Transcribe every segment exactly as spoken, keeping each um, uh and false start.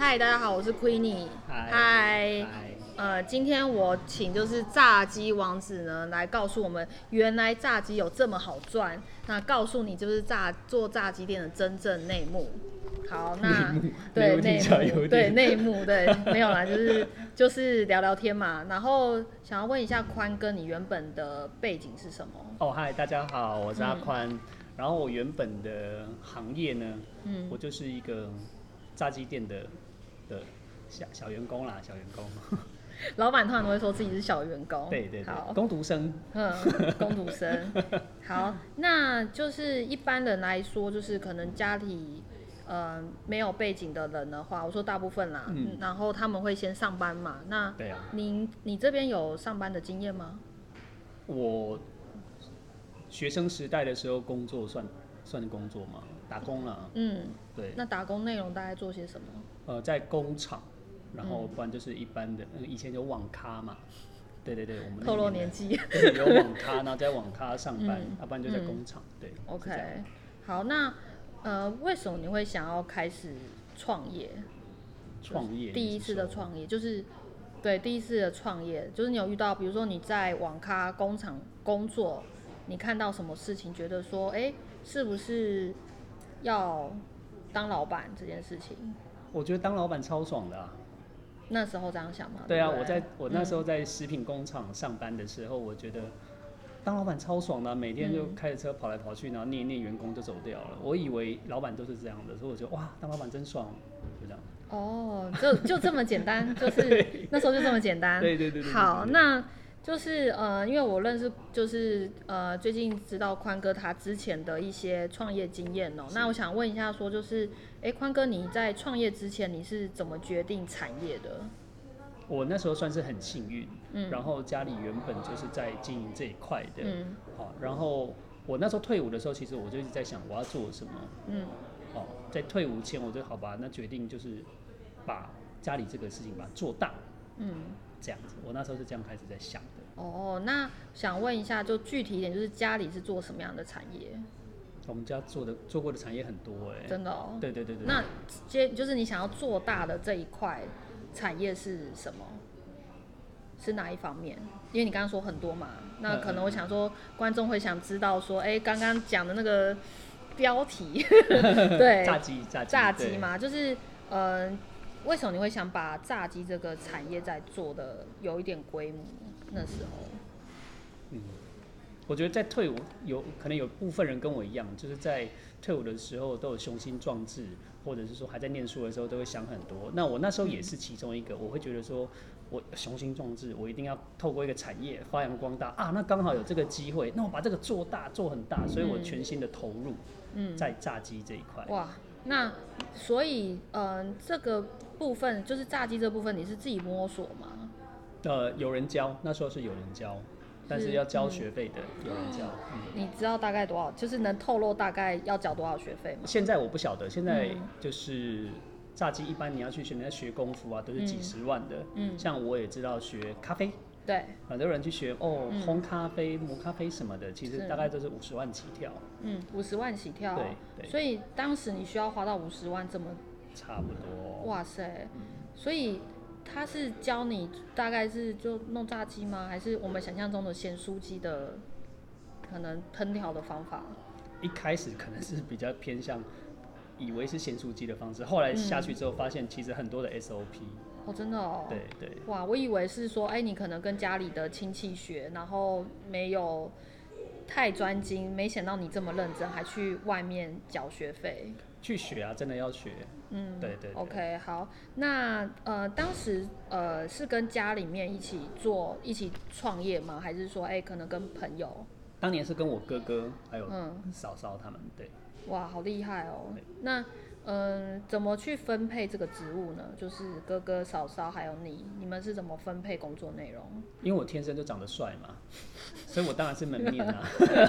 嗨，大家好，我是 Queenie。 嗨， 呃，今天我请就是炸鸡王子呢来告诉我们，原来炸鸡有这么好赚。那告诉你就是炸做炸鸡店的真正内幕。好，那对内幕，对内幕，对没有啦，就是就是聊聊天嘛。然后想要问一下宽哥，你原本的背景是什么？ 哦，嗨，大家好，我是阿宽。嗯、然后我原本的行业呢，嗯，我就是一个炸鸡店的的小小员工啦，小员工。 老板通常都会说自己是小员工， 对对对， 好， 工读生， 嗯，工读生。好，那就是一般人来说，就是可能家里呃没有背景的人的话，我说大部分啦，嗯，然后他们会先上班嘛。那对啊， 您你这边有上班的经验吗？ 我学生时代的时候工作算算工作吗？打工啦，嗯，对。 那打工内容大概做些什么？ 呃，在工厂。然后不然就是一般的，嗯、以前有网咖嘛，对对对，我们透露年纪， 有网咖，然后在网咖上班，要、嗯啊、不然就在工厂，对。 OK， 好，那呃，为什么你会想要开始创业？ 创业， 第一次的创业就是，对，第一次的创业就是你有遇到，比如说你在网咖工厂工作，你看到什么事情，觉得说，哎，是不是要当老板这件事情？ 我觉得当老板超爽的啊。 那时候这样想吗？ 对啊， 对对我在我那时候在食品工厂上班的时候，嗯、我觉得当老板超爽的、啊，每天就开着车跑来跑去，然后念一念员工就走掉了。我以为老板都是这样的，所以我觉得哇，当老板真爽，就这样。 哦，就就这么简单，就是那时候就这么简单。 对对 对, 對, 對, 對, 對好，那就是呃，因为我认识，就是呃，最近知道宽哥他之前的一些创业经验哦。那我想问一下，说就是，哎，宽哥你在创业之前你是怎么决定产业的？ 我那时候算是很幸运，嗯，然后家里原本就是在经营这一块的，嗯，好，然后我那时候退伍的时候，其实我就一直在想我要做什么，嗯，好，在退伍前我就好吧，那决定就是把家里这个事情把它做大，嗯，这样子，我那时候是这样开始在想的。 哦，那想问一下，就具体一点，就是家里是做什么样的产业？ 我们家做的做过的产业很多哎、欸， 真的哦。 对对对对。 那接就是你想要做大的这一块产业是什么？是哪一方面？因为你刚刚说很多嘛，那可能我想说，观众会想知道说，哎，刚刚讲的那个标题，对， 炸鸡炸鸡炸鸡嘛，就是呃，为什么你会想把炸鸡这个产业在做的有一点规模？那时候， 嗯。我觉得在退伍有可能有部分人跟我一样，就是在退伍的时候都有雄心壮志，或者是说还在念书的时候都会想很多。那我那时候也是其中一个，我会觉得说我雄心壮志，我一定要透过一个产业发扬光大啊。那刚好有这个机会，那我把这个做大做很大，所以我全心的投入在炸鸡这一块。 哇，那所以嗯、呃，这个部分就是炸鸡这部分，你是自己摸索吗？ 呃，有人教，那时候是有人教。但是要交学费的、嗯、有人交、嗯， 你知道大概多少？就是能透露大概要缴多少学费吗？ 现在我不晓得，现在就是炸鸡一般你要去学，人家学功夫啊，都是几十万的。嗯，像我也知道学咖啡， 对， 很多人去学哦，嗯、烘咖啡、磨咖啡什么的，其实大概都是五十万起跳。 嗯，五十万起跳。 对对。 所以当时你需要花到五十万这么？ 差不多。 哇塞，嗯、所以。他是教你大概是就弄炸鸡吗？还是我们想象中的咸酥鸡的可能烹调的方法？ 一开始可能是比较偏向以为是咸酥鸡的方式，后来下去之后发现其实很多的 S O P。 哦，真的哦。 对对。 哇，我以为是说，哎，你可能跟家里的亲戚学，然后没有太专精，没想到你这么认真，还去外面缴学费。 去学啊，真的要学。嗯，对 对, 對。 OK， 好，那呃，当时呃是跟家里面一起做、一起创业吗？还是说，哎、欸，可能跟朋友？ 当年是跟我哥哥还有嫂嫂他们，对。 哇，好厉害哦！那嗯、呃，怎么去分配这个职务呢？就是哥哥、嫂嫂还有你，你们是怎么分配工作内容？ 因为我天生就长得帅嘛，所以我当然是门面啊。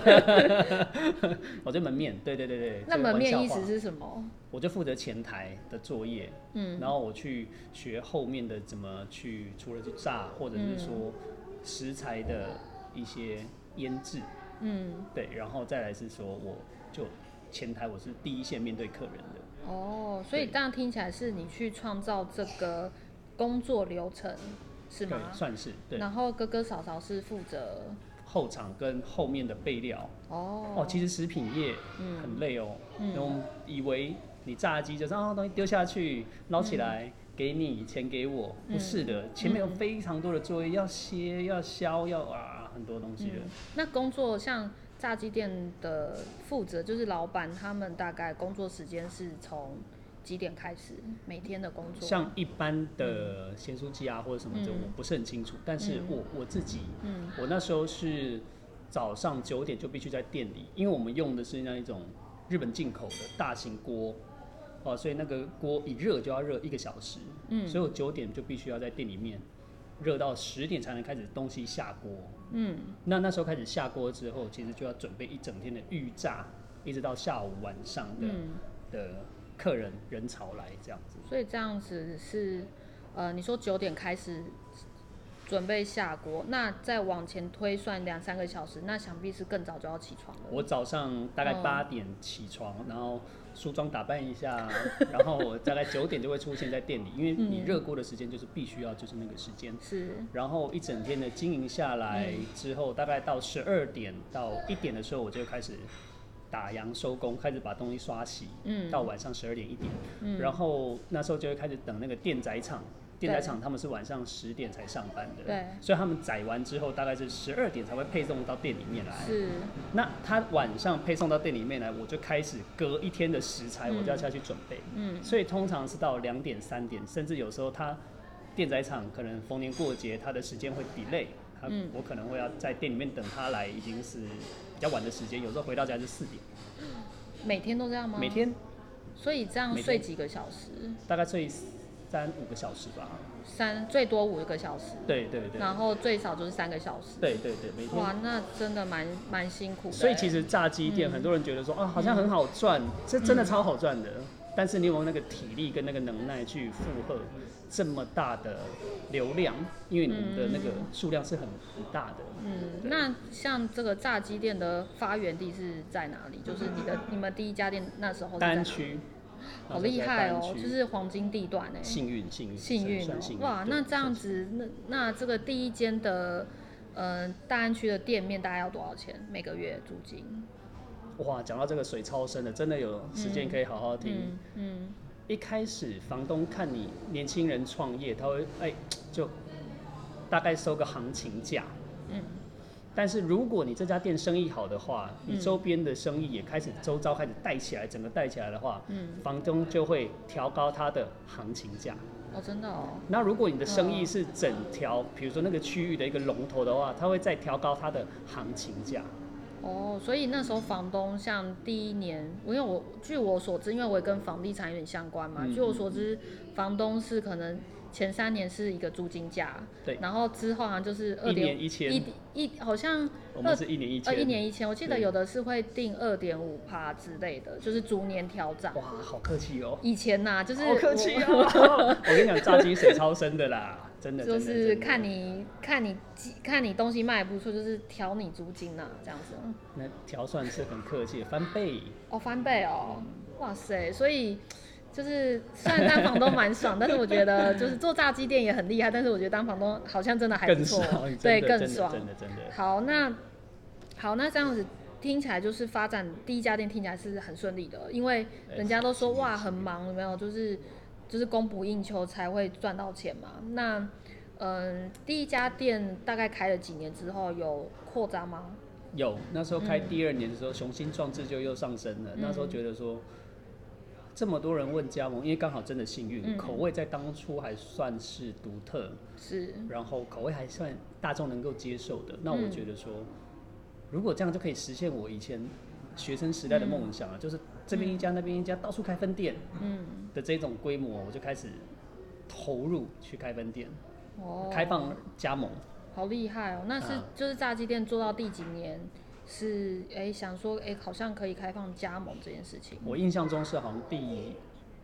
我就门面，对对对对。 那门面意思是什么？ 我就负责前台的作业，嗯，然后我去学后面的怎么去，除了去炸，或者是说食材的一些腌制，嗯，对，然后再来是说我就前台我是第一线面对客人的。 哦，所以这样听起来是你去创造这个工作流程是吗？ 对，算是对。 然后哥哥嫂嫂是负责后场跟后面的备料。 哦哦，其实食品业很累哦。嗯，我们以为你炸鸡就是啊东西丢下去捞起来、嗯、给你钱给我，不是的，前面有非常多的作业，要切要削要啊很多东西的、嗯。 那工作像炸鸡店的负责就是老板，他们大概工作时间是从几点开始？每天的工作？ 像一般的咸酥鸡啊或者什么的，我不是很清楚。嗯、但是我我自己、嗯，我那时候是早上九点就必须在店里，因为我们用的是那一种日本进口的大型锅，哦，所以那个锅一热就要热一个小时。嗯，所以我九点就必须要在店里面热到十点才能开始东西下锅。嗯，那那时候开始下锅之后，其实就要准备一整天的预炸，一直到下午晚上的、嗯、的。客人人潮来这样子， 所以这样子是，呃，你说九点开始准备下锅，那再往前推算两三个小时，那想必是更早就要起床了。 我早上大概八点起床，嗯、然后梳妆打扮一下，然后我大概九点就会出现在店里，因为你热锅的时间就是必须要就是那个时间。 是。 然后一整天的经营下来之后，嗯、大概到十二点到一点的时候，我就开始打烊收工，开始把东西刷洗，嗯、到晚上十二点一点，嗯，然后那时候就会开始等那个电宰场，电宰场他们是晚上十点才上班的， 对， 所以他们宰完之后大概是十二点才会配送到店里面来， 是， 那他晚上配送到店里面来，我就开始隔一天的食材我就要下去准备，嗯，所以通常是到两点三点，甚至有时候他电宰场可能逢年过节他的时间会 delay。嗯、我可能会要在店里面等他来，已经是比较晚的时间，有时候回到家是四点。 每天都这样吗？ 每天。 所以这样睡几个小时？ 大概睡三五个小时吧。 三最多五个小时。 对对对。 然后最少就是三个小时。 对对对，每天。 哇，那真的蛮蛮辛苦的。 所以其实炸鸡店、嗯、很多人觉得说啊，好像很好赚，这、嗯、真的超好赚的。嗯，但是你有没有那个体力跟那个能耐去负荷这么大的流量？因为你们的那个数量是很很大的。 嗯，那像这个炸鸡店的发源地是在哪里？就是你的你们第一家店那时候是在哪里？ 大安区。 好厉害哦，就是黄金地段哎。 幸运幸运。 幸运哦，哇，那这样子，那那这个第一间的，呃，大安区的店面大概要多少钱？每个月租金？ 哇，讲到这个水超深的，真的有时间可以好好听。嗯，嗯一开始房东看你年轻人创业，他会哎、欸、就大概收个行情价。嗯，但是如果你这家店生意好的话，你周边的生意也开始周遭开始带起来，整个带起来的话，嗯，房东就会调高他的行情价。 哦，真的哦。 那如果你的生意是整条，比如说那个区域的一个龙头的话，他会再调高他的行情价。 哦，所以那时候房东像第一年，因为我据我所知，因为我也跟房地产有点相关嘛，嗯、据我所知，房东是可能前三年是一个租金价， 对， 然后之后好像就是二点一年一千， 一一好像我们是一年一千， 呃一年一千，我记得有的是会定二点五趴之类的，就是逐年调涨。 哇，好客气哦。 以前呐、啊，就是好客气哦。我跟你讲，炸鸡水超深的啦。真的就是看你看你看你东西卖不错，就是调你租金啊，这样子。 那调算是很客气，翻倍。 哦，翻倍哦，哇塞！所以就是虽然当房东蛮爽，但是我觉得就是做炸鸡店也很厉害，但是我觉得当房东好像真的还不错，对，更爽， 真的真的。 好，那好，那这样子听起来就是发展第一家店听起来是很顺利的，因为人家都说哇很忙，有没有？就是就是供不应求才会赚到钱嘛。那嗯，第一家店大概开了几年之后有扩张吗？ 有，那时候开第二年的时候，雄心壮志就又上升了。嗯、那时候觉得说，这么多人问加盟，因为刚好真的幸运，嗯、口味在当初还算是独特， 是， 然后口味还算大众能够接受的。那我觉得说，嗯、如果这样就可以实现我以前学生时代的梦想啊，嗯、就是这边一家、嗯、那边一家，到处开分店，嗯的这种规模，我就开始投入去开分店。哦，开放加盟， 好厉害哦！那是、啊、就是炸鸡店做到第几年？是哎、欸、想说哎、欸、好像可以开放加盟这件事情。 我印象中是好像第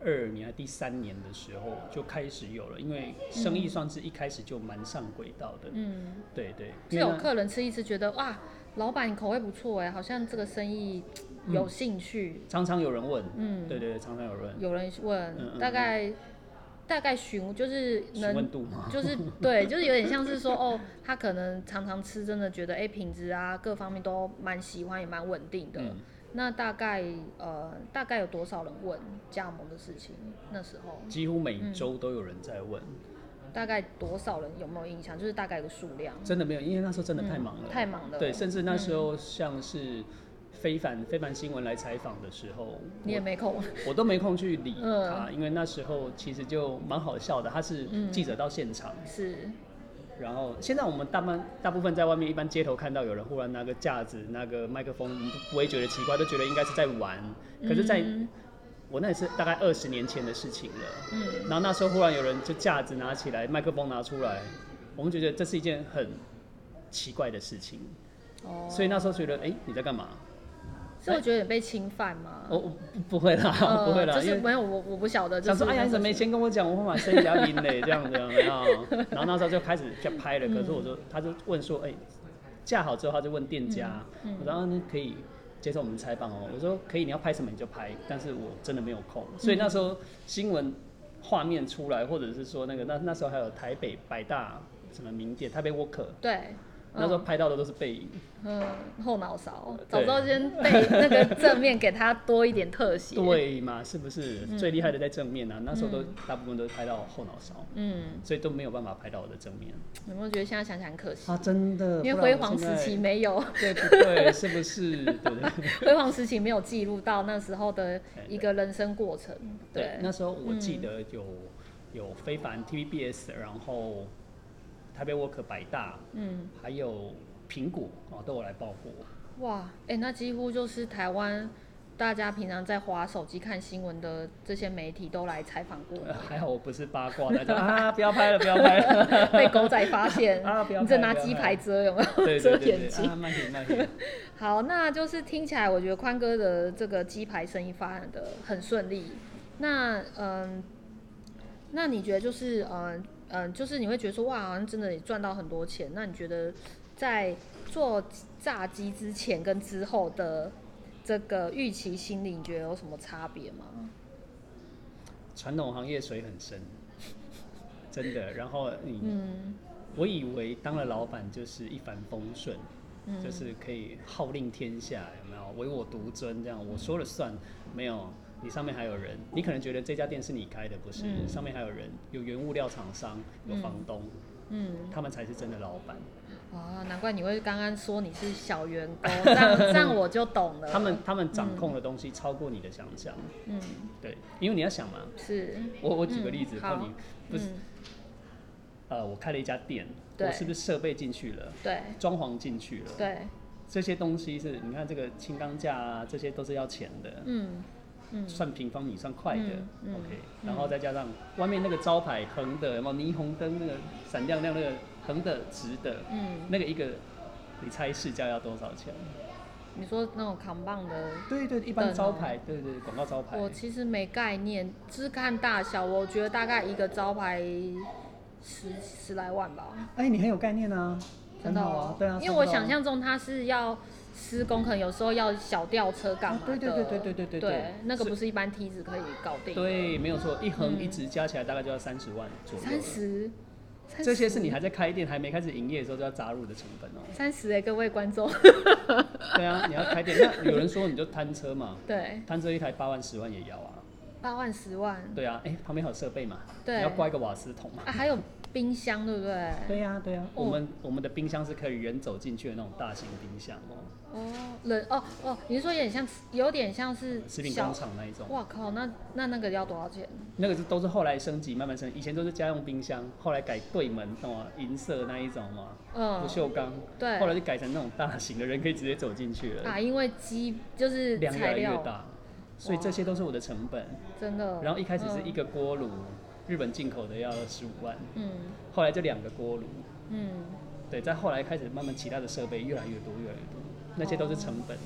二年还第三年的时候就开始有了，因为生意算是一开始就蛮上轨道的。嗯，对对。 就有客人吃一吃，觉得哇，老板你口味不错哎，好像这个生意有兴趣。 嗯、常常有人问，嗯，对对，常常有人有人问，嗯、大概。嗯大概询就是能， 问度吗？ 就是对，就是有点像是说哦，他可能常常吃，真的觉得哎、欸、品质啊各方面都蛮喜欢，也蛮稳定的。嗯、那大概呃大概有多少人问加盟的事情？那时候几乎每周都有人在问。 嗯、大概多少人有没有印象？就是大概一个数量。 真的没有，因为那时候真的太忙了， 嗯、太忙了。 对，甚至那时候像是。非凡非凡新闻来采访的时候， 你也没空， 我, 我都没空去理他，嗯、因为那时候其实就蛮好笑的，他是记者到现场， 嗯、是。 然后现在我们大半大部分在外面一般街头看到有人忽然拿个架子、拿个麦克风，我们不会觉得奇怪，都觉得应该是在玩。可是在，在、嗯、我那也是大概二十年前的事情了，嗯，然后那时候忽然有人就架子拿起来，麦克风拿出来，我们觉得这是一件很奇怪的事情，哦，所以那时候觉得，哎，你在干嘛？ 所以我觉得有被侵犯吗？ 我、哦、不会啦，呃、不会啦， 就是没有我我不晓得。 想说，哎呀，你怎么没先跟我讲？我会把声音压平嘞，这样子有没有？然后那时候就开始就拍了，可是我说，他就问说，哎、欸，架好之后，他就问店家，嗯嗯、我说你可以接受我们采访哦。我说可以，你要拍什么你就拍，但是我真的没有空。所以那时候新闻画面出来，或者是说那个那那时候还有台北百大什么名店，台北 Walker， 对。 那时候拍到的都是背影， 嗯，后脑勺，早知道先背那个正面给他多一点特写， 对嘛？是不是、嗯、最厉害的在正面啊？那时候都、嗯、大部分都拍到后脑勺，嗯，所以都没有办法拍到我的正面。 有没有觉得现在想想很可惜啊？真的， 因为辉煌时期没有， 对不对？是不是？对不对？ 辉煌时期没有记录到那时候的一个人生过程。对， 对那时候我记得有、嗯、有非凡 T V B S， 然后。台北 Walker 百大，嗯，还有苹果啊，都有来报过。 哇，哎、欸，那几乎就是台湾大家平常在滑手机看新闻的这些媒体都来采访过、呃。 还好我不是八卦的，啊，不要拍了，不要拍了， 被狗仔发现啊，不要拍， 你这拿鸡排遮有没有？ 对对对对， 遮眼睛。 啊，慢点慢点。 好，那就是听起来，我觉得宽哥的这个鸡排生意发展的很顺利。那嗯，那你觉得就是嗯？嗯，就是你会觉得说哇，好像真的也赚到很多钱。那你觉得在做炸鸡之前跟之后的这个预期心理，你觉得有什么差别吗？ 传统行业水很深，真的。然后你，嗯，我以为当了老板就是一帆风顺，嗯、就是可以号令天下，有没有？唯我独尊这样，我说了算，没有。你上面还有人，你可能觉得这家店是你开的，不是？嗯、上面还有人，有原物料厂商，有房东，嗯，他们才是真的老板。 啊，难怪你会刚刚说你是小员工，这样这样我就懂了。 他们他们掌控的东西超过你的想象，嗯，对，因为你要想嘛， 是， 我我举个例子， 嗯、 你不是，嗯、呃，我开了一家店，我是不是设备进去了？ 对， 装潢进去了， 对， 这些东西是，你看这个轻钢架啊，这些都是要钱的，嗯。嗯、算平方米算块的、嗯嗯、，OK， 然后再加上外面那个招牌横的，有没有霓虹灯那个闪亮亮那个横的直的，嗯，那个一个，你猜市价要多少钱？ 你说那种扛棒的？ 对对，一般招牌，对对，广告招牌。 我其实没概念，只看大小，我觉得大概一个招牌十十来万吧。 哎，你很有概念啊， 真的哦， 对啊， 因为我想象中它是要。施工可能有时候要小吊车干嘛的、啊？对对对对对对对, 对，那个不是一般梯子可以搞定。 对，没有错，一横一直加起来大概就要三十万左右。 三十， 这些是你还在开店还没开始营业的时候就要砸入的成本哦。 三十哎，各位观众。 对啊，你要开店，那有人说你就摊车嘛？ 对， 摊车一台八万十万也要啊。 八万十万。 对啊，哎，旁边还有设备嘛？ 对， 你要挂一个瓦斯桶嘛？ 啊，还有。冰箱对不对？ 对呀、啊、对呀、啊，我们我们的冰箱是可以人走进去的那种大型冰箱哦。 哦，人哦哦，你是说有点像，有点像是食品工厂那一种。 哇靠，那那那个要多少钱？ 那个是都是后来升级，慢慢升级，以前都是家用冰箱，后来改对门，懂吗？银色那一种嘛，嗯，不锈钢。对。后来就改成那种大型的，人可以直接走进去了。 啊，因为机就是量越来越大，所以这些都是我的成本。 真的。 然后一开始是一个锅炉。嗯日本进口的要十五万，嗯，后来就两个锅炉，嗯，对，再后来开始慢慢其他的设备越来越多越来越多，那些都是成本。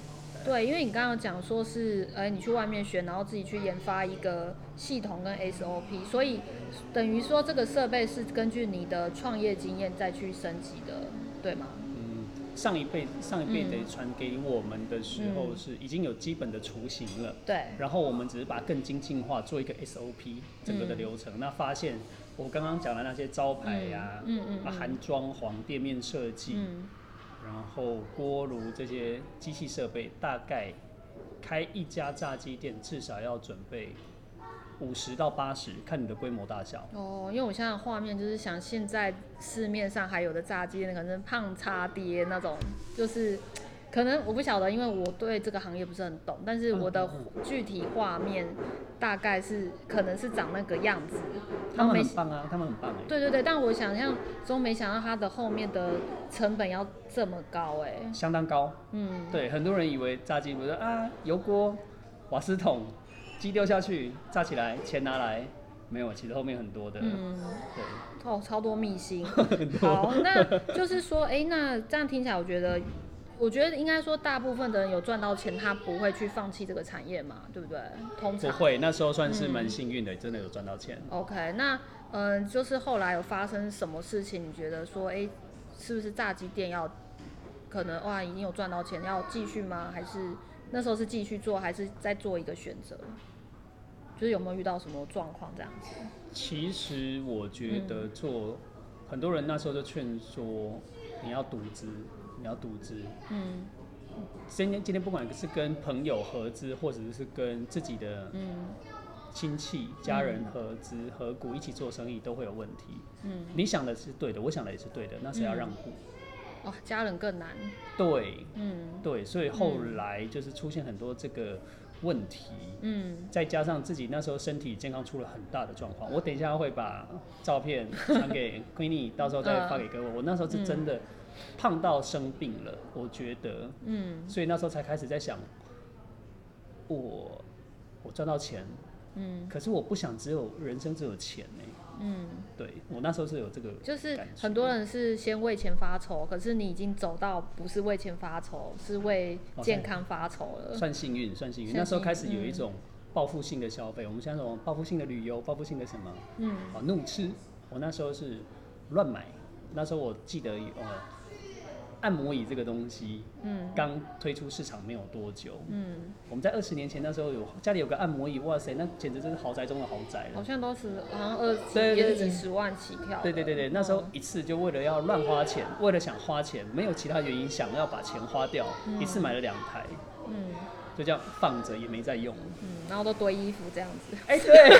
对，因为你刚刚讲说是，哎、你去外面学，然后自己去研发一个系统跟 S O P， 所以等于说这个设备是根据你的创业经验再去升级的，对吗？ 嗯，上一辈上一辈得传给我们的时候是已经有基本的雏形了， 对， 然后我们只是把它更精进化，做一个 S O P 整个的流程。嗯、那发现我刚刚讲的那些招牌呀、啊，嗯嗯嗯、含装潢、店面设计。嗯，然后锅炉这些机器设备，大概开一家炸鸡店至少要准备五十到八十，看你的规模大小。 哦，因为我现在的画面就是想，现在市面上还有的炸鸡店，可能胖叉爹那种，就是可能我不晓得，因为我对这个行业不是很懂，但是我的具体画面大概是可能是长那个样子。 他们很棒啊，他们很棒哎。 对对对，但我想象中没想到它的后面的成本要这么高哎。 相当高，嗯，对，很多人以为炸鸡不是啊，油锅、瓦斯桶，鸡丢下去炸起来，钱拿来，没有，其实后面很多的，嗯，对， 哦，超多秘辛。好，那就是说，哎、欸，那这样听起来，我觉得。我觉得应该说，大部分的人有赚到钱，他不会去放弃这个产业嘛，对不对？通常不会，那时候算是蛮幸运的，嗯、真的有赚到钱。 OK， 那嗯、呃，就是后来有发生什么事情？你觉得说，哎，是不是炸鸡店要可能哇已经有赚到钱，要继续吗？还是那时候是继续做，还是再做一个选择？就是有没有遇到什么状况这样子？ 其实我觉得做、嗯、很多人那时候就劝说你要独资。你要独资，嗯，今天今天不管是跟朋友合资，或者是跟自己的亲戚、嗯、家人合资、嗯、合股一起做生意，都会有问题。嗯，你想的是对的，我想的也是对的，那谁要让步？ 哦，家人更难。 对，嗯，对，所以后来就是出现很多这个问题，嗯，再加上自己那时候身体健康出了很大的状况。我等一下会把照片传给 Queenie， 到时候再发给各位。我那时候是真的。胖到生病了，我觉得，嗯，所以那时候才开始在想，我我赚到钱，嗯，可是我不想只有人生只有钱呢、欸，嗯，对我那时候是有这个， 就是很多人是先为钱发愁，可是你已经走到不是为钱发愁，是为健康发愁了， 哦、算幸运，算幸运。那时候开始有一种报复性的消费，嗯、我们像那种报复性的旅游，报复性的什么，嗯，啊怒吃，我那时候是乱买，那时候我记得呃。按摩椅这个东西，嗯，刚推出市场没有多久，嗯，我们在二十年前那时候有家里有个按摩椅，哇塞，那简直就是豪宅中的豪宅了。 好像都是好像二十也是几十万起跳。 对对对对，那时候一次就为了要乱花钱，为了想花钱，没有其他原因，想要把钱花掉，嗯、一次买了两台，嗯，就这样放着也没在用， 嗯，然后都堆衣服这样子。 哎、欸，对。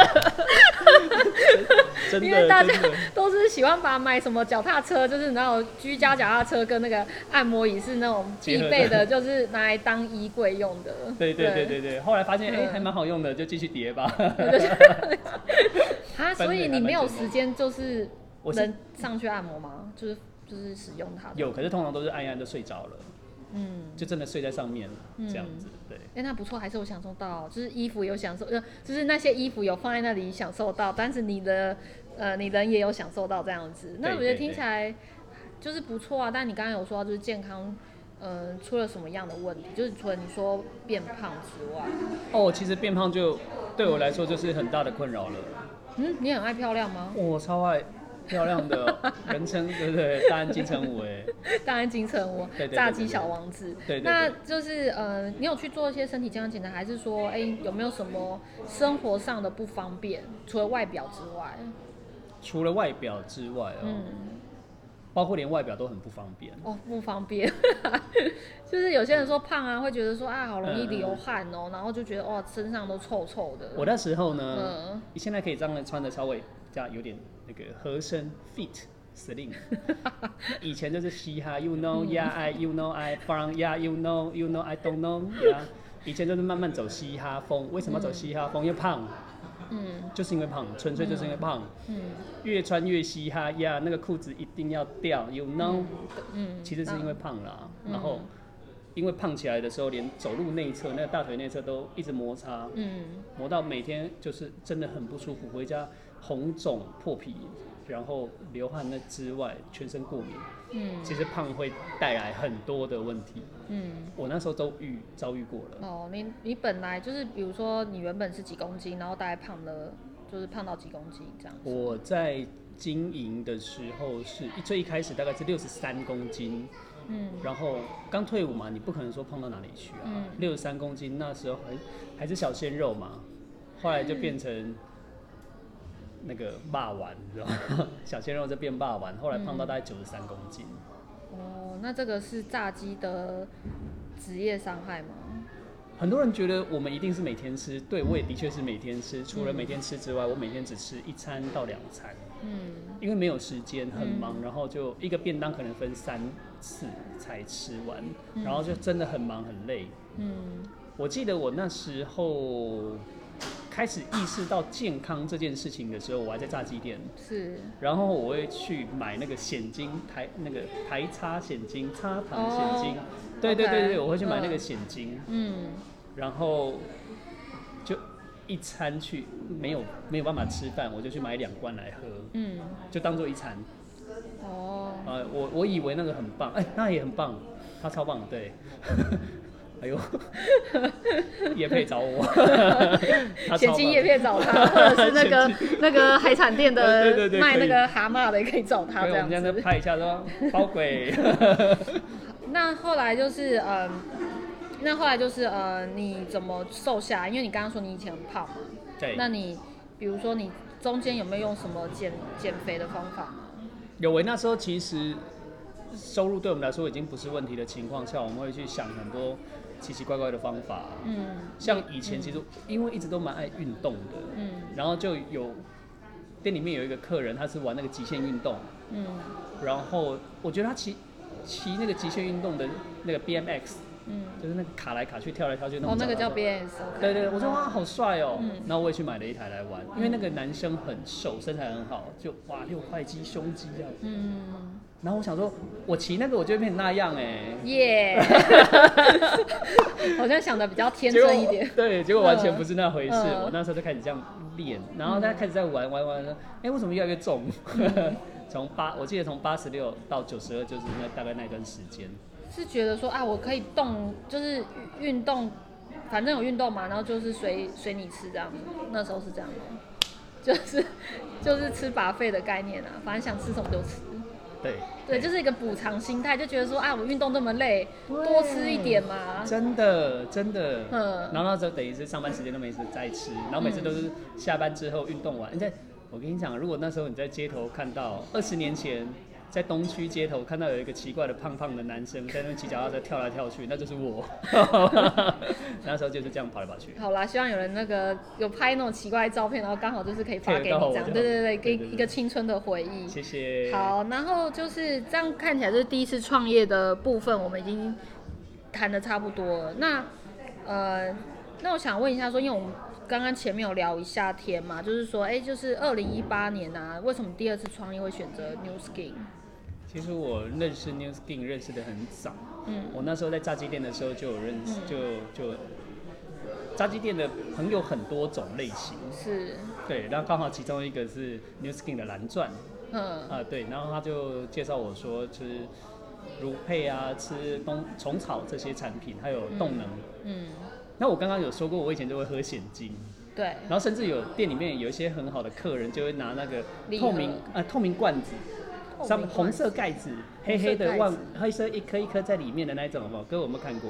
真的， 因为大家都是喜欢把买什么脚踏车，就是那种居家脚踏车跟那个按摩椅是那种必备的，就是拿来当衣柜用的。 对对对对对，后来发现哎、欸、还蛮好用的，就继续叠吧。 啊，所以你没有时间就是能上去按摩吗？就是就是使用它。 有，可是通常都是按一按就睡着了。嗯，就真的睡在上面了，嗯、这样子，对。 哎、欸，那不错，还是有享受到，就是衣服有享受，呃，就是那些衣服有放在那里享受到，但是你的，呃，你人也有享受到这样子。那我觉得听起来就是不错啊。但你刚刚有说到就是健康，嗯、呃，出了什么样的问题？就是除了你说变胖之外， 哦，其实变胖就对我来说就是很大的困扰了。 嗯，你很爱漂亮吗？ 我超爱。漂亮的人称，对不对？大安金城武哎， 大安金城武，炸鸡小王子。 对对对对， 那就是呃，你有去做一些身体健康检查，还是说，哎、欸，有没有什么生活上的不方便？除了外表之外， 除了外表之外哦，嗯，包括连外表都很不方便。 哦，不方便，就是有些人说胖啊，会觉得说啊，好容易流汗哦，嗯、然后就觉得哇，身上都臭臭的。 我那时候呢，嗯，你现在可以这样穿的稍微这样有点。那个合身 fit slim， 以前就是嘻哈 ，you know yeah I you know I from yeah you know you know I don't know yeah， 以前就是慢慢走嘻哈风。为什么要走嘻哈风？因为胖，嗯，就是因为胖，纯粹就是因为胖，嗯，越穿越嘻哈呀， yeah, 那个裤子一定要掉 ，you know， 嗯，其实是因为胖啦，嗯、然后因为胖起来的时候，连走路内侧那个大腿内侧都一直摩擦，嗯，磨到每天就是真的很不舒服，回家红肿破皮，然后流汗那之外，全身过敏，嗯，其实胖会带来很多的问题，嗯，我那时候都遇遭遇过了。 哦，你你本来就是比如说你原本是几公斤，然后大概胖了就是胖到几公斤这样子？ 我在经营的时候是最一开始大概是六十三公斤，嗯，然后刚退伍嘛，你不可能说胖到哪里去啊，六十三公斤那时候还还是小鲜肉嘛，后来就变成那个霸丸，你知道吗？小鲜肉就变霸丸，后来胖到大概九十三公斤。 哦，那这个是炸鸡的职业伤害吗？ 很多人觉得我们一定是每天吃，对我也的确是每天吃。除了每天吃之外，我每天只吃一餐到两餐。嗯，因为没有时间，很忙，嗯、然后就一个便当可能分三次才吃完，嗯、然后就真的很忙很累。嗯，我记得我那时候开始意识到健康这件事情的时候，我还在炸鸡店。 是。然后我会去买那个显精台那个台叉显精叉糖显精。哦对对对对， okay, 我会去买那个显精，嗯，然后就一餐去没有没有办法吃饭，我就去买两罐来喝，嗯，就当做一餐。哦，呃，我我以为那个很棒，哎、欸，那也很棒，他超棒，对。哎呦，业配找我， 显精业配找他，或者是那个那个海产店的对对对卖那个蛤蟆的也可以找他这样子。 我们这样拍一下说包鬼。 那后来就是呃，那后来就是呃，你怎么瘦下来？因为你刚刚说你以前很胖嘛， 对。 那你比如说你中间有没有用什么减减肥的方法吗？ 有诶，那时候其实收入对我们来说已经不是问题的情况下，我们会去想很多奇奇怪怪的方法。嗯，像以前其实因为一直都蛮爱运动的，嗯，然后就有店里面有一个客人，他是玩那个极限运动，嗯，然后我觉得他骑。骑那个极限运动的那个 B M X， 嗯，就是那个卡来卡去、跳来跳去那种。 哦，那个叫 B M X。 对对，我说哇，好帅哦。嗯。然后我也去买了一台来玩，因为那个男生很瘦，身材很好，就哇六块肌、胸肌这样。嗯。然后我想说，我骑那个我就会变成那样哎。耶。 好像想的比较天真一点。 对，结果完全不是那回事。嗯、我那时候就开始这样练，然后大家开始在玩玩玩，哎、欸，为什么越来越重？嗯从八，我记得从八十六到九十二，就是那大概那段时间。 是觉得说啊，我可以动，就是运动，反正有运动嘛，然后就是随随你吃这样子。那时候是这样吗？就是就是吃buffet的概念啊，反正想吃什么就吃。 对。 对，就是一个补偿心态，就觉得说啊，我运动这么累，多吃一点嘛。 真的真的。嗯。然后那时候等于是上班时间都没事在吃，然后每次都是下班之后运动完，你在。我跟你讲，如果那时候你在街头看到，二十年前在东区街头看到有一个奇怪的胖胖的男生在那边骑脚踏车跳来跳去，那就是我。那时候就是这样跑来跑去。 好啦，希望有人那个有拍那种奇怪的照片，然后刚好就是可以发给你这样，对对对，给一个青春的回忆。 谢谢。 好，然后就是这样看起来就是第一次创业的部分，我们已经谈的差不多了。那呃，那我想问一下说，因为我们刚刚前面有聊一下天嘛，就是说，哎、欸，就是二零一八年啊，为什么第二次创业会选择 New Skin？ 其实我认识 New Skin 认识的很早，嗯，我那时候在炸鸡店的时候就有认识，嗯、就就炸鸡店的朋友很多种类型， 是， 对，然后刚好其中一个是 New Skin 的蓝钻，嗯，啊、呃、对，然后他就介绍我说，就是乳配啊，吃冬虫草这些产品，还有动能，嗯。嗯那我刚刚有说过，我以前就会喝显精， 对， 然后甚至有店里面有一些很好的客人就会拿那个透明呃透明罐子，上面红色盖子，黑黑的望黑色一颗一颗在里面的那一种，有没有？各位有没有看过？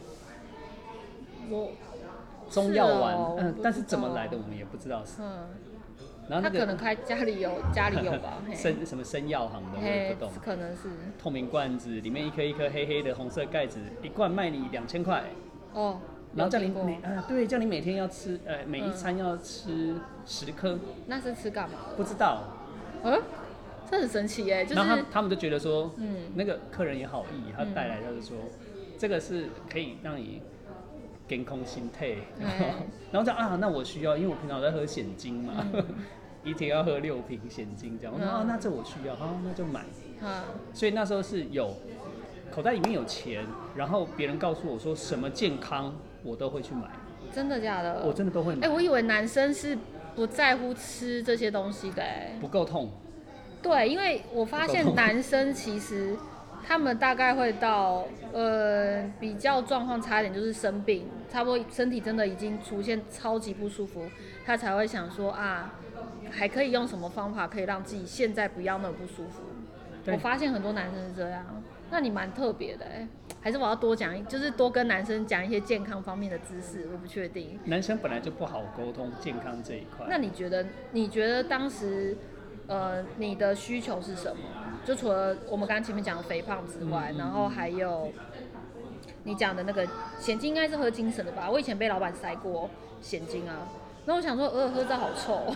我中药丸，嗯、哦呃，但是怎么来的我们也不知道。嗯， 然后、那個、他可能开家里有家里有吧， 生什么生药行的我也不懂， 可能是透明罐子里面一颗一颗黑黑的红色盖子，一罐卖你两千块。哦。然后叫你每啊对，叫你每天要吃，呃，每一餐要吃十颗、嗯。那是吃干嘛？ 不知道。 嗯，这很神奇耶，就是。 然后他他们就觉得说，嗯，那个客人也好意，他带来就是说，嗯、这个是可以让你健康心态。嗯、然后就啊，那我需要，因为我平常在喝显精嘛，嗯、一天要喝六瓶显精这样。我说、嗯、啊，那这我需要，好，那就买。嗯。所以那时候是有。 口袋里面有钱，然后别人告诉我说什么健康，我都会去买。 真的假的？ 我真的都会买。 哎、欸，我以为男生是不在乎吃这些东西的、欸， 不够痛。 对，因为我发现男生其实他们大概会到呃比较状况差一点，就是生病，差不多身体真的已经出现超级不舒服，他才会想说啊，还可以用什么方法可以让自己现在不要那么不舒服。我发现很多男生是这样，那你蛮特别的哎、欸，还是我要多讲，就是多跟男生讲一些健康方面的知识，我不确定。 男生本来就不好沟通健康这一块。 那你觉得？你觉得当时，呃，你的需求是什么？就除了我们刚刚前面讲的肥胖之外，嗯、然后还有你讲的那个咸精，应该是喝精神的吧？我以前被老板塞过咸精啊。然后我想说，呃，喝这好臭，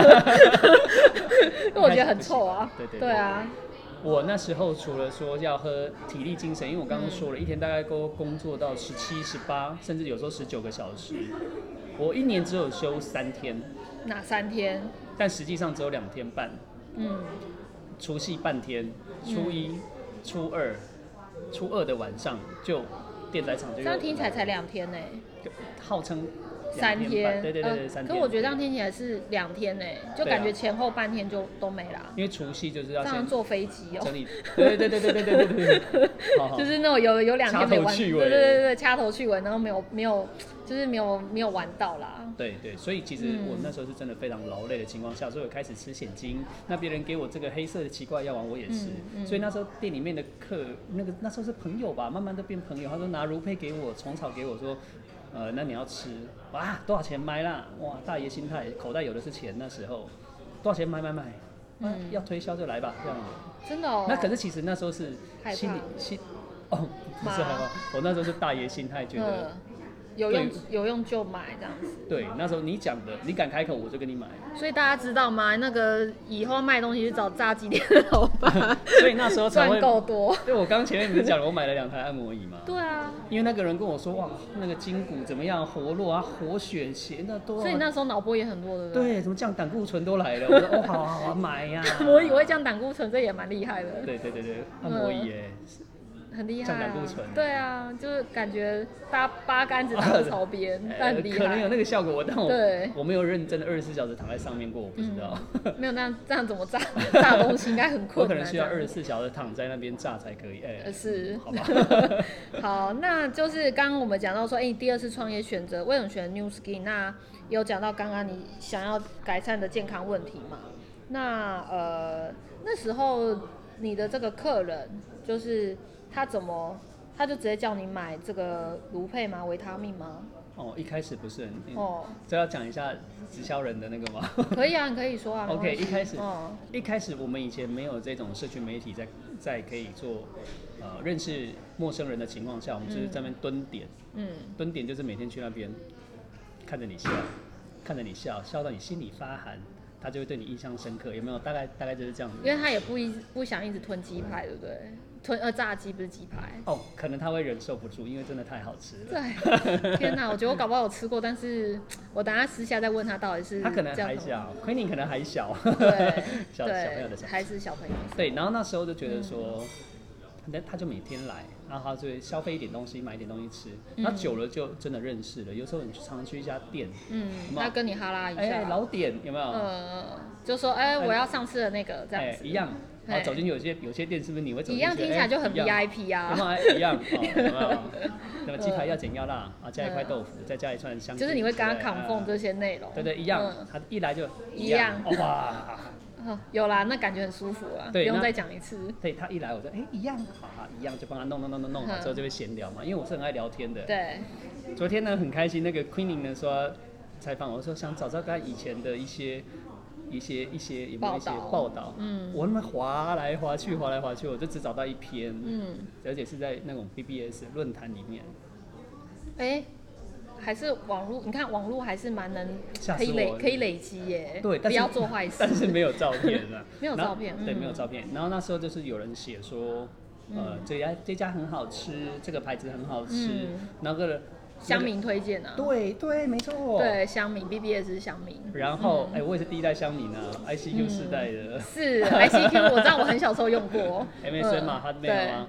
因为我觉得很臭啊。 对对对, 对啊。 我那时候除了说要喝体力精神，因为我刚刚说了，嗯、一天大概都工作到十七、十八，甚至有时候十九个小时。我一年只有休三天。 哪三天？ 但实际上只有两天半。 嗯。 除夕半天，初一、嗯、初二、初二的晚上就电宰场就。 这样听起来才两天呢、欸。 号称。 三天， 对对对对，三天。 可我觉得这样听起来是两天呢，就感觉前后半天就都没啦。 因为除夕就是要先坐飞机哦。 整理，对对对对对对对对。 就是那种有有两天没玩， 对对对对对，掐头去尾，然后没有没有，就是没有没有玩到啦。 对对，所以其实我那时候是真的非常劳累的情况下，所以我开始吃现金。那别人给我这个黑色的奇怪药丸，我也吃。嗯嗯、所以那时候店里面的客，那个那时候是朋友吧，慢慢都变朋友。他说拿如佩给我，虫草给我说。呃，那你要吃哇？多少钱买啦？哇，大爷心态，口袋有的是钱。那时候多少钱买买买？嗯，要推销就来吧，这样子。 真的哦。 那可是其实那时候是心里心哦，不是害怕，我那时候是大爷心态，觉得、 嗯、有用有用就买这样子。 对，那时候你讲的，你敢开口我就跟你买。 所以大家知道吗？那个以后卖东西去找炸鸡店的老板， 所以那时候才会赚够多。 对，我刚前面不是讲了，我买了两台按摩椅嘛。 对啊。因为那个人跟我说，哇，那个筋骨怎么样活络啊，活血血那多。 所以那时候脑波也很多，对不对？ 对，怎么降胆固醇都来了？我说哦，好好好，买呀、啊。 我以为降胆固醇这也蛮厉害的。 对对对对，按摩椅耶。嗯很厉害、啊， 降胆固醇。对啊，就是感觉八八竿子打到槽边，但很厉害。 可能有那个效果，我但我对我没有认真的二十四小时躺在上面过，我不知道。 嗯、没有那样这样怎么炸炸东西应该很困难。 我可能需要二十四小时躺在那边炸才可以。哎、 欸，是， 好吧。 好，那就是刚刚我们讲到说，哎、欸，第二次创业选择为什么选 New Skin？ 那有讲到刚刚你想要改善的健康问题嘛？那呃那时候你的这个客人就是。他怎么？他就直接叫你买这个卢佩吗？维他命吗？ 哦，一开始不是很。 哦。 这要讲一下直销人的那个吗？ 可以啊，你可以说啊。 OK， 一开始， 哦、 一开始我们以前没有这种社群媒体在在可以做呃认识陌生人的情况下，我们就是在那边蹲点。嗯。蹲点就是每天去那边看着你笑，看着你笑，笑到你心里发寒。他就会对你印象深刻，有没有？大概大概就是这样子。 因为他也不一不想一直吞鸡排，对不对？吞呃炸鸡不是鸡排。 哦，可能他会忍受不住，因为真的太好吃了。 对，天哪！我觉得我搞不好有吃过，但是我等下私下再问他到底是。 他可能还小 ，Queenie 可能还小。 对， 小小朋友的小。 还是小朋友。 对，然后那时候就觉得说，那、嗯、他就每天来。然后他就会消费一点东西，买一点东西吃。那、嗯、久了就真的认识了。有时候你常常去一家店， 嗯，他跟你哈拉一下， 哎，老点有没有？ 呃，就说哎，我要上次的那个这样子， 哎，一样。然后走进去有些有些店是不是你会走进去？ 一样听起来就很 V I P 啊。 有没有？一样，哦、有没有？那么鸡排要减要辣，啊，加一块豆腐，再加一串香菇。 就是你会跟他 confirm 这些内容。 对对，一样。他一来就一样。 哇！ 哦，有啦，那感觉很舒服啊，不用再讲一次。 对，他一来我就哎、欸、一样，好好一样就帮他弄弄弄弄弄好之后就会闲聊嘛，因为我是很爱聊天的。 对。 昨天呢很开心，那个 Queenie 呢说采访我说想找找看以前的一些一些一些有没有一些报道，嗯，我那么滑来滑去滑来滑去，我就只找到一篇，嗯，而且是在那种 B B S 论坛里面。 哎、欸。还是网络，你看网络还是蛮能可以累可以累积耶。 对， 不要做坏事。 但是没有照片啊。 没有照片。 对，没有照片。然后那时候就是有人写说，呃，这家这家很好吃，这个牌子很好吃，那个乡民推荐啊。 对对，没错。 对，乡民 B B S 是乡民。 然后，哎，我也是第一代乡民啊 ，I C Q 世代的。 是 I C Q， 我知道我很小时候用过。 M S N 嘛，他没有啊。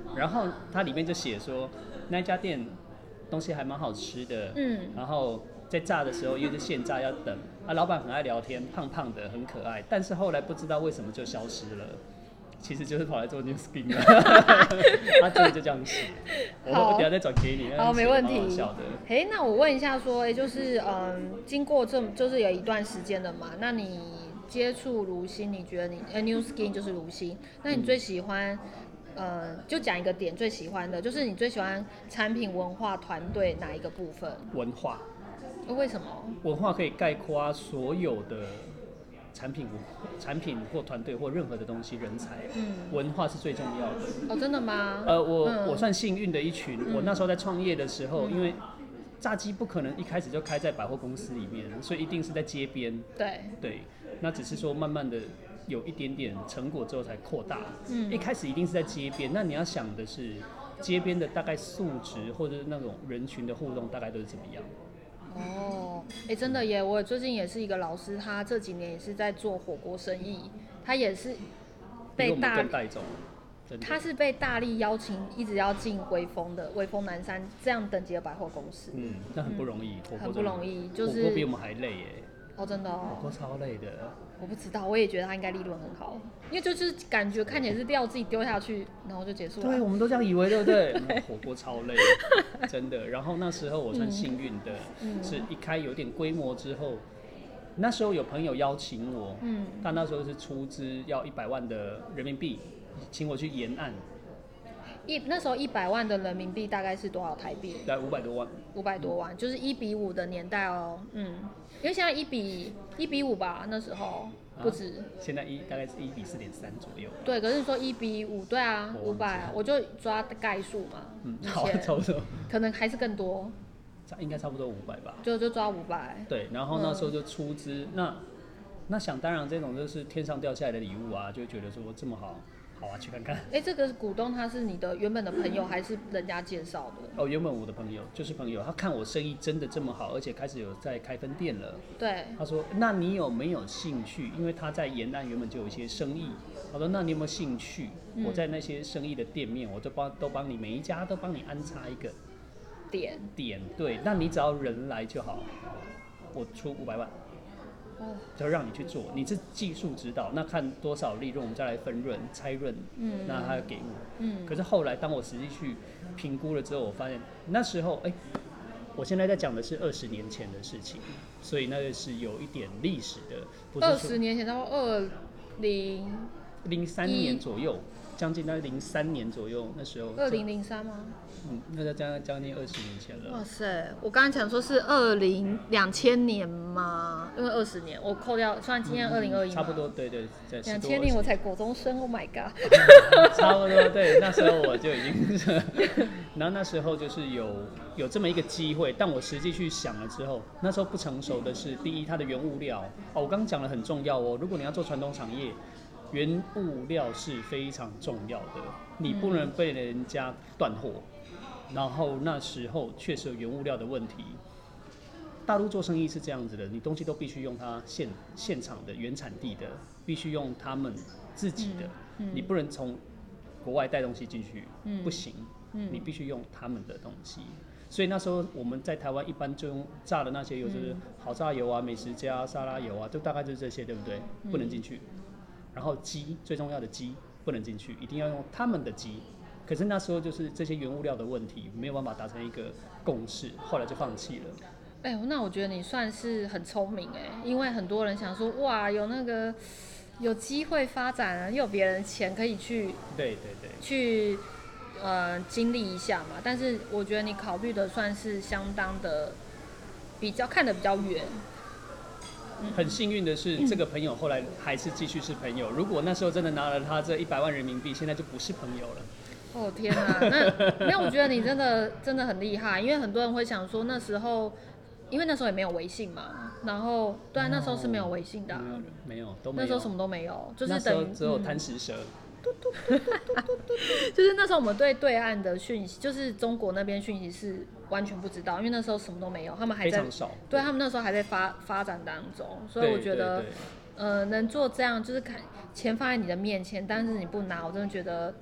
然后它里面就写说那一家店东西还蛮好吃的， 嗯， 然后在炸的时候因为是现炸要等，啊，老板很爱聊天，胖胖的很可爱，但是后来不知道为什么就消失了。其实就是跑来做 New Skin 了，他真的就这样写，我我等一下再转给你。 好，没问题。 好笑的。 哎，那我问一下说，哎，就是嗯，经过这就是有一段时间了嘛，那你接触如新，你觉得你呃 New Skin 就是如新，那你最喜欢，嗯、呃，就讲一个点最喜欢的，就是你最喜欢产品文化团队哪一个部分？ 文化。 为什么？ 文化可以概括所有的。产品、产品或团队或任何的东西，人才，嗯，文化是最重要的。 哦，真的吗？ 呃，我、 嗯、 我算幸运的一群。嗯、我那时候在创业的时候，嗯、因为炸鸡不可能一开始就开在百货公司里面，所以一定是在街边。 对对，那只是说慢慢的有一点点成果之后才扩大。 嗯， 一开始一定是在街边，那你要想的是街边的大概素质或者是那种人群的互动大概都是怎么样。 哦，哎、欸，真的耶！我最近也是一个老师，他这几年也是在做火锅生意，他也是被大带走， 他是被大力邀请，一直要进微风的微风南山这样等级的百货公司。 嗯，那很不容易，嗯、 很不容易，就是火锅比我们还累耶。 哦，真的哦。 火锅超累的。 我不知道，我也觉得他应该利润很好，因为就是感觉看起来是料自己丢下去，然后就结束了。 对，我们都这样以为，对不对？对火锅超累，真的。然后那时候我算幸运的，嗯、是一开有点规模之后，那时候有朋友邀请我，嗯，他那时候是出资要一百万的人民币，请我去沿岸。 一那时候一百万的人民币大概是多少台币？ 大概五百多万。 五百多万，就是一比五的年代哦，嗯，因为现在一比一比五吧，那时候不止。 啊、现在一大概是一比四点三左右。 对，可是你说一比五，对啊，五百，我就抓概数嘛。 嗯，好，差不多。 可能还是更多。 应该差不多五百吧。 就就抓五百。 对，然后那时候就出资，嗯、那那想当然这种就是天上掉下来的礼物啊，就觉得说这么好。好啊，去看看。 哎，这个股东他是你的原本的朋友，还是人家介绍的？ 哦，原本我的朋友就是朋友，他看我生意真的这么好，而且开始有在开分店了。 对。 他说：“那你有没有兴趣？因为他在沿岸原本就有一些生意。他说：那你有没有兴趣？嗯、我在那些生意的店面，我都帮都帮你每一家都帮你安插一个点点。对，那你只要人来就好，我出五百万。”就让你去做，你是技术指导，那看多少利润，我们再来分润、拆润，嗯，那他给我，嗯。可是后来，当我实际去评估了之后，我发现那时候，哎、欸，我现在在讲的是二十年前的事情，所以那个是有一点历史的。 二十年前，差不多二零零三年左右，将近在零三年左右，那时候。 二零零三吗？ 嗯，那就将将近二十年前了。 哇塞，我刚刚讲说是二零两千年嘛，因为二十年，我扣掉，算今年二零二一， 差不多，对对对， 两千年我才国中生 ，Oh my god， 差不多，对，那时候我就已经是，然后那时候就是有有这么一个机会，但我实际去想了之后，那时候不成熟的是，第一，它的原物料，哦，我刚刚讲的很重要哦，如果你要做传统产业，原物料是非常重要的，你不能被人家断货。嗯，然后那时候确实有原物料的问题，大陆做生意是这样子的，你东西都必须用它现现场的原产地的，必须用他们自己的，嗯嗯、你不能从国外带东西进去，嗯、不行，嗯、你必须用他们的东西。所以那时候我们在台湾一般就用炸的那些油，就是好炸油啊、美食家、沙拉油啊，就大概就是这些，对不对？不能进去。然后鸡最重要的鸡不能进去，一定要用他们的鸡。可是那时候就是这些原物料的问题，没有办法达成一个共识，后来就放弃了。 哎、欸，那我觉得你算是很聪明哎，因为很多人想说，哇，有那个有机会发展啊，又有别人钱可以去， 对对对， 去呃经历一下嘛。但是我觉得你考虑的算是相当的，比较看得比较远。 很幸运的是，这个朋友后来还是继续是朋友。如果那时候真的拿了他这一百万人民币，现在就不是朋友了。 哦天哪，那那我觉得你真的真的很厉害，因为很多人会想说那时候，因为那时候也没有微信嘛，然后对啊，那时候是没有微信的、啊， 没有没有都没有， 那时候什么都没有，就是等于那时候只有贪食蛇。 嗯、就是那时候我们对对岸的讯息，就是中国那边讯息是完全不知道，因为那时候什么都没有，他们还在非常少， 对他们那时候还在发发展当中，所以我觉得， 对对对呃， 能做这样，就是看钱放在你的面前，但是你不拿，我真的觉得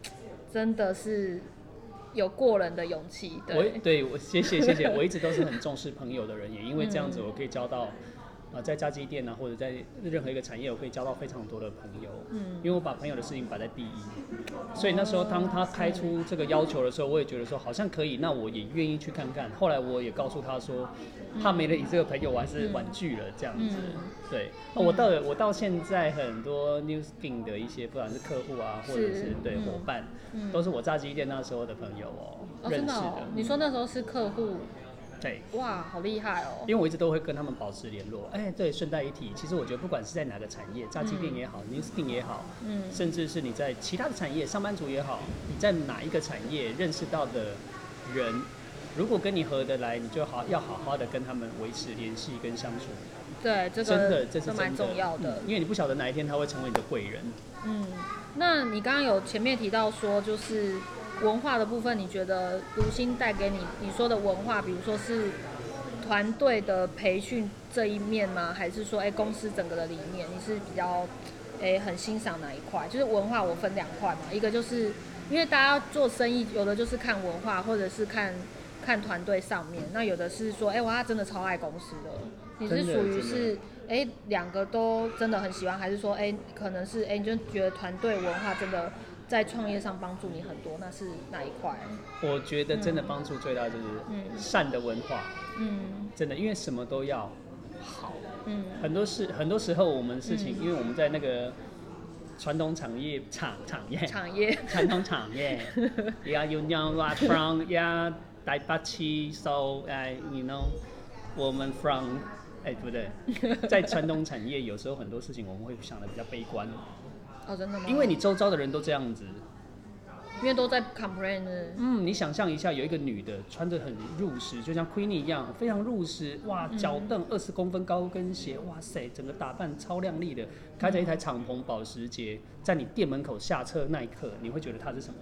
真的是有过人的勇气。对， 我对我谢谢谢谢，我一直都是很重视朋友的人，也因为这样子，我可以交到。呃，在炸鸡店啊，或者在任何一个产业，我可以交到非常多的朋友。嗯，因为我把朋友的事情摆在第一，所以那时候当他开出这个要求的时候，我也觉得说好像可以，那我也愿意去看看。后来我也告诉他说，怕没了你这个朋友，我还是婉拒了这样子。嗯、对，那我到我到现在很多 New Skin 的一些，不管是客户啊，或者是对伙伴，嗯、都是我炸鸡店那时候的朋友哦， 哦认识的。 哦你说那时候是客户？ 对， 哇，好厉害哦！ 因为我一直都会跟他们保持联络。哎、欸，对，顺带一提，其实我觉得不管是在哪个产业，炸鸡店也好 ，New Skin 也好，嗯，甚至是你在其他的产业，上班族也好，你在哪一个产业认识到的人，如果跟你合得来，你就好要好好的跟他们维持联系跟相处。 对，这个真的这是蛮重要的、 嗯，因为你不晓得哪一天他会成为你的贵人。 嗯，那你刚刚有前面提到说，就是文化的部分，你觉得如新带给你你说的文化，比如说是团队的培训这一面吗？还是说，哎、欸，公司整个的理念，你是比较，哎、欸，很欣赏哪一块？就是文化，我分两块嘛，一个就是因为大家做生意，有的就是看文化，或者是看看团队上面，那有的是说，哎、欸，我他真的超爱公司的。你是属于是哎两个都真的很喜欢，还是说哎、欸、可能是哎、欸、你就觉得团队文化真的在创业上帮助你很多，那是哪一块？ 我觉得真的帮助最大就是善的文化，嗯，真的，因为什么都要好，嗯，很多事很多时候我们事情，嗯、因为我们在那个传统产业产产业产业传统产业，yeah you know what from yeah 台北市 so uh, you know 我们 from 哎、欸，对不对？在传统产业，有时候很多事情我们会想的比较悲观。 哦，真的吗？ 因为你周遭的人都这样子， 因为都在 complain。 嗯，你想象一下，有一个女的穿着很入时，就像 Queenie 一样，非常入时，哇，脚蹬二十公分高跟鞋，哇塞，整个打扮超亮丽的，开着一台敞篷保时捷，在你店门口下车那一刻，你会觉得她是什么？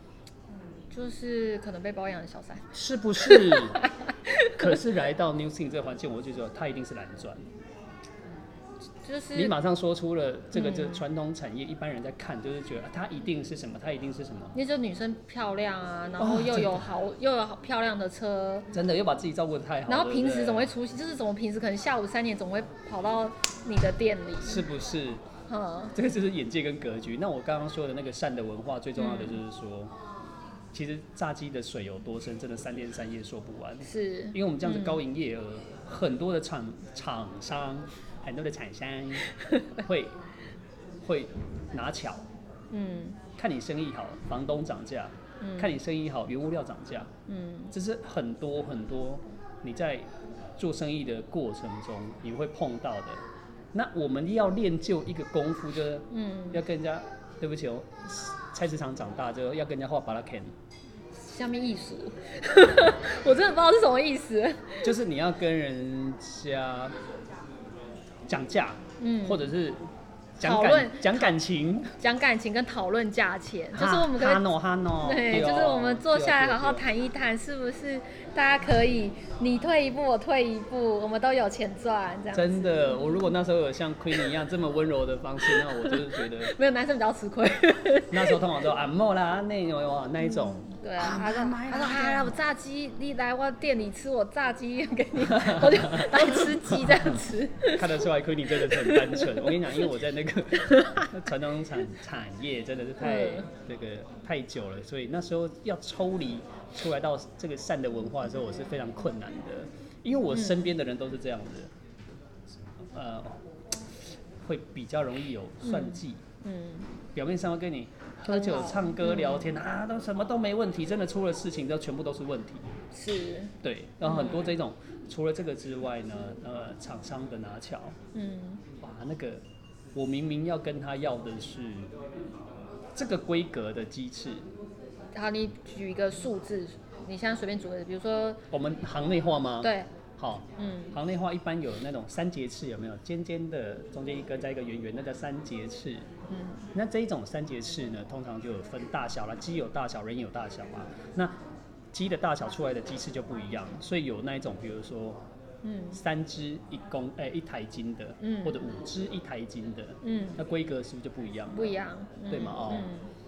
就是可能被包养的小三， 是不是？可是来到 New Skin 这个环境，我就觉得他一定是蓝钻。 就是你马上说出了这个，这传统产业一般人在看，就是觉得他一定是什么，他一定是什么。 那就女生漂亮啊，然后又有好、哦、又有好漂亮的车， 真的又把自己照顾得太好。 然后平时总会出席，就是怎么平时可能下午三点总会跑到你的店里， 是不是？ 嗯， 这个就是眼界跟格局。那我刚刚说的那个善的文化，最重要的就是说。嗯其实炸鸡的水有多深，真的三天三夜说不完。 是， 因为我们这样子高营业额，嗯、很多的厂厂商，很多的厂商会会拿巧，嗯，看你生意好，房东涨价，嗯，看你生意好，原物料涨价，嗯，这是很多很多你在做生意的过程中你会碰到的。那我们要练就一个功夫，就是嗯，要跟人家，对不起哦。菜市场长大之后要跟人家画巴拉 can， 下面艺术，我真的不知道是什么意思。 就是你要跟人家讲价，嗯，或者是讲感讲感情， 讲感情跟讨论价钱，就是我们可以哈诺哈诺， 对，就是我们坐下来好好谈一谈，是不是大家可以你退一步我退一步，我们都有钱赚这样。 真的，我如果那时候有像 Queenie 一样这么温柔的方式，那我就是觉得没有男生比较吃亏。 那时候通常都按摩啦，那种那一种。 嗯对啊，他说他说啊，我炸鸡，你来我店里吃我炸鸡给你，我就来吃鸡这样子。 看得出来，Queenie真的是很单纯。我跟你讲，因为我在那个传统产产业真的是太那、嗯、个太久了，所以那时候要抽离出来到这个善的文化的时候，我是非常困难的。因为我身边的人都是这样子，嗯、呃，会比较容易有算计。嗯，嗯表面上会跟你喝酒、唱歌、聊天、嗯、啊，都什么都没问题，真的出了事情，都全部都是问题。 是， 对，然后很多这种，嗯、除了这个之外呢，呃，厂商的拿巧，嗯，哇，那个我明明要跟他要的是这个规格的鸡翅。 好，你举一个数字，你现在随便举个，比如说我们行内话吗？ 对。 好，嗯，行内话一般有那种三节翅，有没有？尖尖的，中间一根，再一个圆圆，那叫三节翅。嗯，那这一种三节翅呢，通常就有分大小啦，鸡有大小，人有大小嘛。那鸡的大小出来的鸡翅就不一样，所以有那一种，比如说，嗯，三只一公，哎、欸，一台斤的，嗯，或者五只一台斤的，嗯，那规格是不是就不一样？ 不一样， 对吗？哦。嗯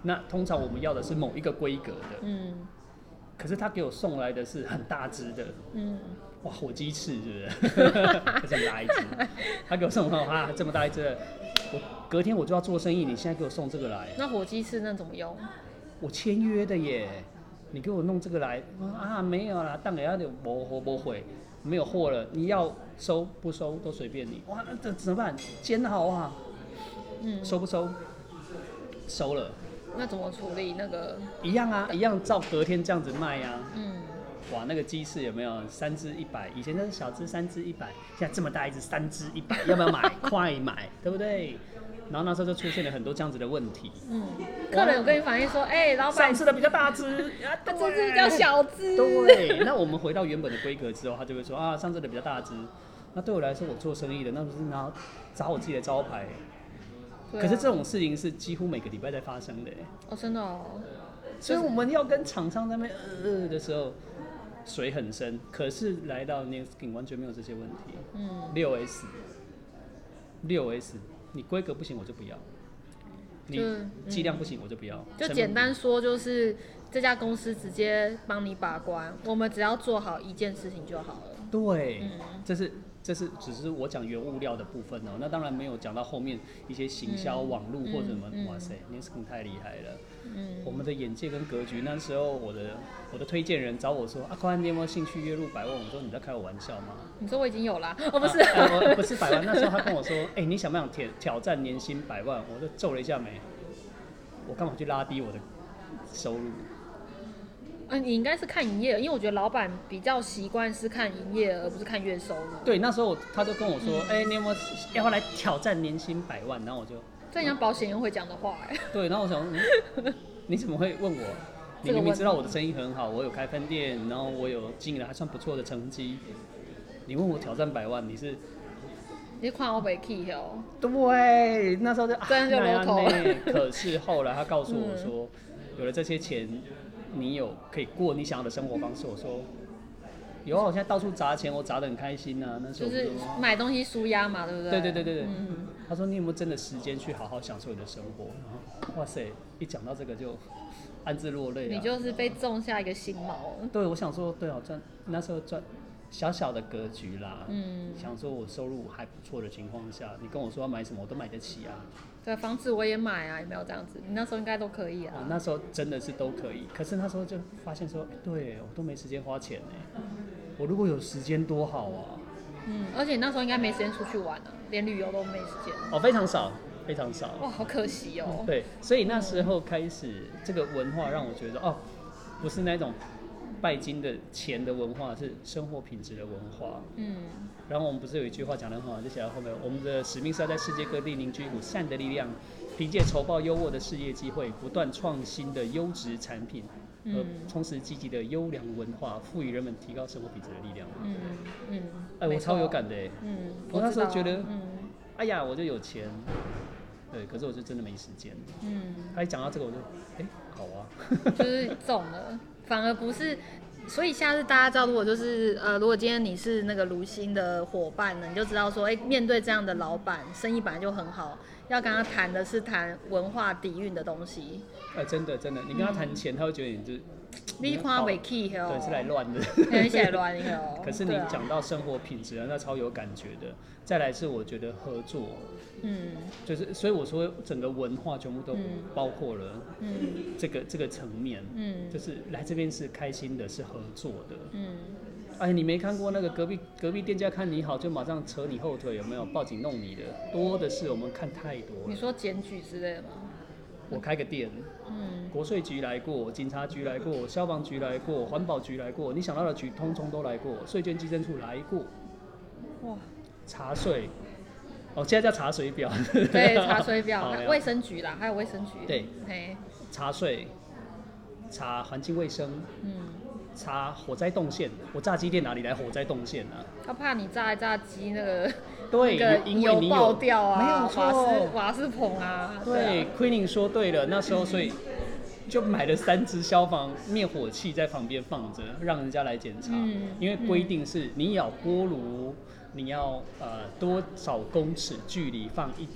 那通常我们要的是某一个规格的， 嗯， 可是他给我送来的是很大只的， 嗯， 哇，火鸡翅是不是？这么大一只，他给我送啊这么大一只的，我隔天我就要做生意，你现在给我送这个来， 那火鸡翅那怎么用？ 我签约的耶，你给我弄这个来啊？没有啦，当然要没货没回，没有货了，你要收不收都随便你。哇，那这怎么办？煎好啊，嗯，收不收？收了。 那怎么处理那个？ 一样啊，一样照隔天这样子卖啊。 嗯， 哇，那个鸡翅有没有三只一百？以前都是小只三只一百，现在这么大一只三只一百，要不要买？快买，对不对？然后那时候就出现了很多这样子的问题。 嗯，客人有跟你反映说，哎、欸，老板上次的比较大只，啊， 这只比较小只。 对，那我们回到原本的规格之后，他就会说啊，上次的比较大只。那对我来说，我做生意的，那不是拿找我自己的招牌。啊、可是这种事情是几乎每个礼拜在发生的。 哦，真的哦。 所以我们要跟厂商在那边呃的时候，水很深。可是来到 Nextking 完全没有这些问题。嗯。六 S， 六 S。你规格不行我就不要，你剂量不行我就不要。 就简单说，就是这家公司直接帮你把关，我们只要做好一件事情就好了。 对，嗯、这是这是只是我讲原物料的部分哦、喔，那当然没有讲到后面一些行销、嗯、网络或者什么。嗯、哇塞 ，Nextking 太厉害了。嗯，我们的眼界跟格局，那时候我的我的推荐人找我说：“阿宽，你有没有兴趣月入百万？”我说：“你在开我玩笑吗？” 你说我已经有啦，哦不是， 啊呃、不是百万。那时候他跟我说：“哎、欸，你想不想挑挑战年薪百万？”我就皱了一下眉，我干嘛去拉低我的收入？ 嗯、啊，你应该是看营业额，因为我觉得老板比较习惯是看营业额，而不是看月收入。 对，那时候他就跟我说：“哎、嗯欸，你有没有要不要来挑战年薪百万？”然后我就。 这像保险员会讲的话哎。 对，然后我想，嗯、你怎么会问我？你明明知道我的生意很好，我有开分店，然后我有经营的还算不错的成绩，你问我挑战百万，你是？ 你看我没起哦。 对，那时候就真的就落头了。 可是后来他告诉我说，嗯、有了这些钱，你有可以过你想要的生活方式。我说。有啊，我现在到处砸钱，我砸得很开心啊。那时候就是买东西舒压嘛，对不对？ 对对对对对。嗯、他说：“你有没有真的时间去好好享受你的生活？”然后，哇塞，一讲到这个就暗自落泪啊。 你就是被种下一个心锚。 对，我想说，对哦，赚那时候赚小小的格局啦。嗯。想说我收入还不错的情况下，你跟我说要买什么，我都买得起啊。 对，房子我也买啊，有没有这样子？你那时候应该都可以啊。 我那时候真的是都可以，可是那时候就发现说，对我都没时间花钱呢。我如果有时间多好啊！ 嗯，而且你那时候应该没时间出去玩啊，连旅游都没时间。 哦，非常少，非常少。 哇，好可惜哦。 对，所以那时候开始，嗯、这个文化让我觉得，哦，不是那种拜金的钱的文化，是生活品质的文化。嗯。然后我们不是有一句话讲得很好，就写在后面，我们的使命是要在世界各地凝聚一股善的力量，凭借筹报优渥的事业机会，不断创新的优质产品。和充实积极的优良文化，赋予人们提高生活品质的力量。嗯嗯，哎、欸，我超有感的哎。嗯，我那时候觉得，嗯，哎呀，我就有钱，对，可是我就真的没时间。嗯，他一讲到这个，我就，哎、欸，好啊， 就是中了，反而不是。所以下次大家知道，如果就是呃，如果今天你是那个卢鑫的伙伴呢，你就知道说，哎、欸，面对这样的老板，生意本来就很好。要跟他谈的是谈文化底蕴的东西。 哎、欸，真的真的，你跟他谈钱，嗯、他会觉得你就是。 你看不起哦。 对，是来乱的。 很是来乱的哦。 可是你讲到生活品质啊，那超有感觉的。再来是我觉得合作，嗯，就是所以我说整个文化全部都包括了，嗯，这个这个层面，嗯，就是来这边是开心的，是合作的，嗯。哎，你没看过那个隔壁隔壁店家看你好就马上扯你后腿，有没有？报警弄你的多的是，我们看太多了。 你说检举之类的吗？ 我开个店，嗯，国税局来过，警察局来过，消防局来过，环保局来过，你想到的局通通都来过，税捐稽征处来过。哇，查税，哦，现在叫查水表。 对，查水表，卫生局啦，还有卫生局。 对，查税，查环境卫生，嗯。查火灾动线，我炸鸡店哪里来火灾动线啊？ 他怕你炸一炸鸡那个， 对， 那个油爆掉啊， 没有瓦斯瓦斯棚啊。 对 ，Queenie 说对了，那时候所以就买了三支消防灭火器在旁边放着，让人家来检查。嗯、因为规定是你咬锅炉，你要呃多少公尺距离放一个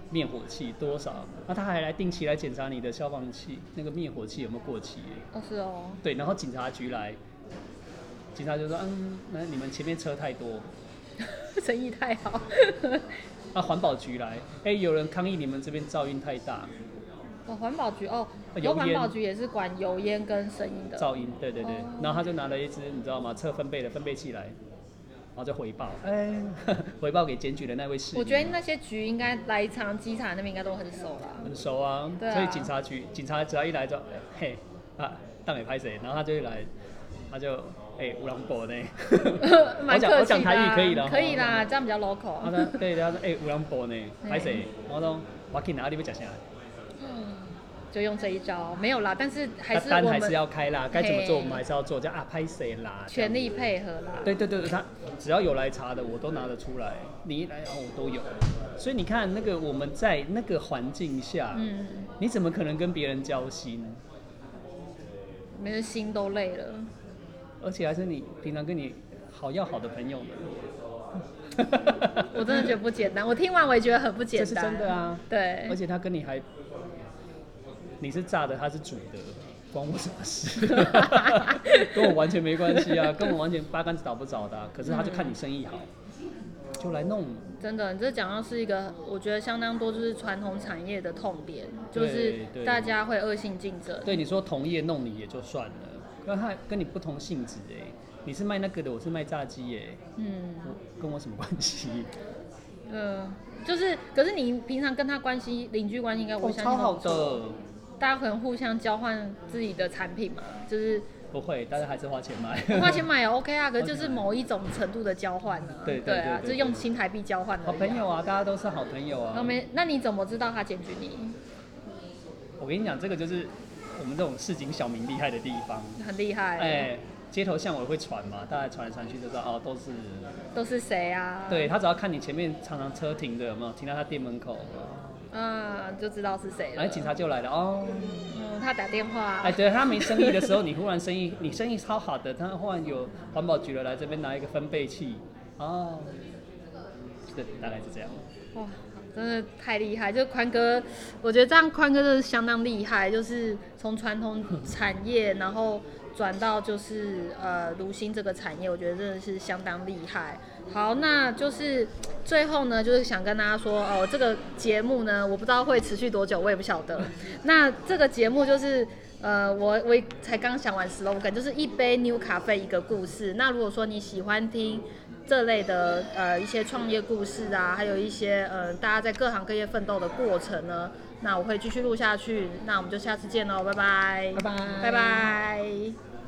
灭火器多少，那他还来定期来检查你的消防器那个灭火器有没有过期。 哦，是哦。 对，然后警察局来，警察就说，嗯，那你们前面车太多， 生意太好。 啊，环保局来，哎、欸，有人抗议你们这边噪音太大。 哦，环保局哦，有环保局也是管油烟跟声音的噪音，对对对。哦、然后他就拿了一支你知道吗？测分贝的分贝器来。然后就回报，哎、欸，回报给检举的那位市民。 我觉得那些局应该来常稽查那边应该都很熟啦。 很熟啊， 对啊。 所以警察局警察只要一来就，嘿，啊，当美拍谁？然后他就会来，他就，哎、欸，有人报呢。 蛮客气的、啊。 我讲台语可以了。 可以啦，这样比较 local。 他说，对，他说，哎、欸，有人报呢，拍谁？我说，我去哪里要吃啥？ 就用这一招，没有啦，但是还是我们单还是要开啦，该怎么做我们还是要做，叫啊拍谁啦， 全力配合啦。 对对对，他只要有来查的，我都拿得出来，你一来哦，我都有。所以你看，那个我们在那个环境下，嗯，你怎么可能跟别人交心？ 没人心都累了， 而且还是你平常跟你好要好的朋友们。 我真的觉得不简单，我听完我也觉得很不简单。 这是真的啊， 对。 而且他跟你还。你是炸的，他是煮的，关我什么事？跟我完全没关系啊，跟我完全八竿子打不着的、啊。可是他就看你生意好，嗯、就来弄。 真的，你这讲到是一个，我觉得相当多就是传统产业的痛点，就是大家会恶性竞争。 对，你说同业弄你也就算了，那他跟你不同性质哎、欸，你是卖那个的，我是卖炸鸡哎、欸，嗯，跟我什么关系？ 嗯、呃，就是，可是你平常跟他关系，邻居关系应该我相信、 哦、超好的。 大家可能互相交换自己的产品嘛，就是不会，大家还是花钱买。 花钱买也 OK 啊，可是就是某一种程度的交换呢、啊。 对 对, 对, 对, 对啊，就是用新台币交换的。 好朋友啊，大家都是好朋友啊。 那没，那你怎么知道他检举你？ 我跟你讲，这个就是我们这种市井小民厉害的地方。 很厉害。 哎、欸，街头巷尾会传嘛，大家传来传去就知道哦，都是都是谁啊？ 对，他只要看你前面常常车停的有没有停到他店门口。 啊，就知道是谁了。 哎，警察就来了哦。 嗯，他打电话。 哎，对他没生意的时候，你忽然生意，你生意超好的，他忽然有环保局的来这边拿一个分贝器，哦，是大概是这样。 哇，真的太厉害！就宽哥，我觉得这样宽哥真的相当厉害，就是从传统产业，然后转到就是呃炉心这个产业，我觉得真的是相当厉害。好，那就是最后呢，就是想跟大家说哦，这个节目呢，我不知道会持续多久，我也不晓得。那这个节目就是呃，我我才刚想完 slogan， 就是一杯 New 咖啡一个故事。那如果说你喜欢听这类的呃一些创业故事啊，还有一些呃大家在各行各业奋斗的过程呢，那我会继续录下去。那我们就下次见喽，拜拜， 拜拜， 拜拜。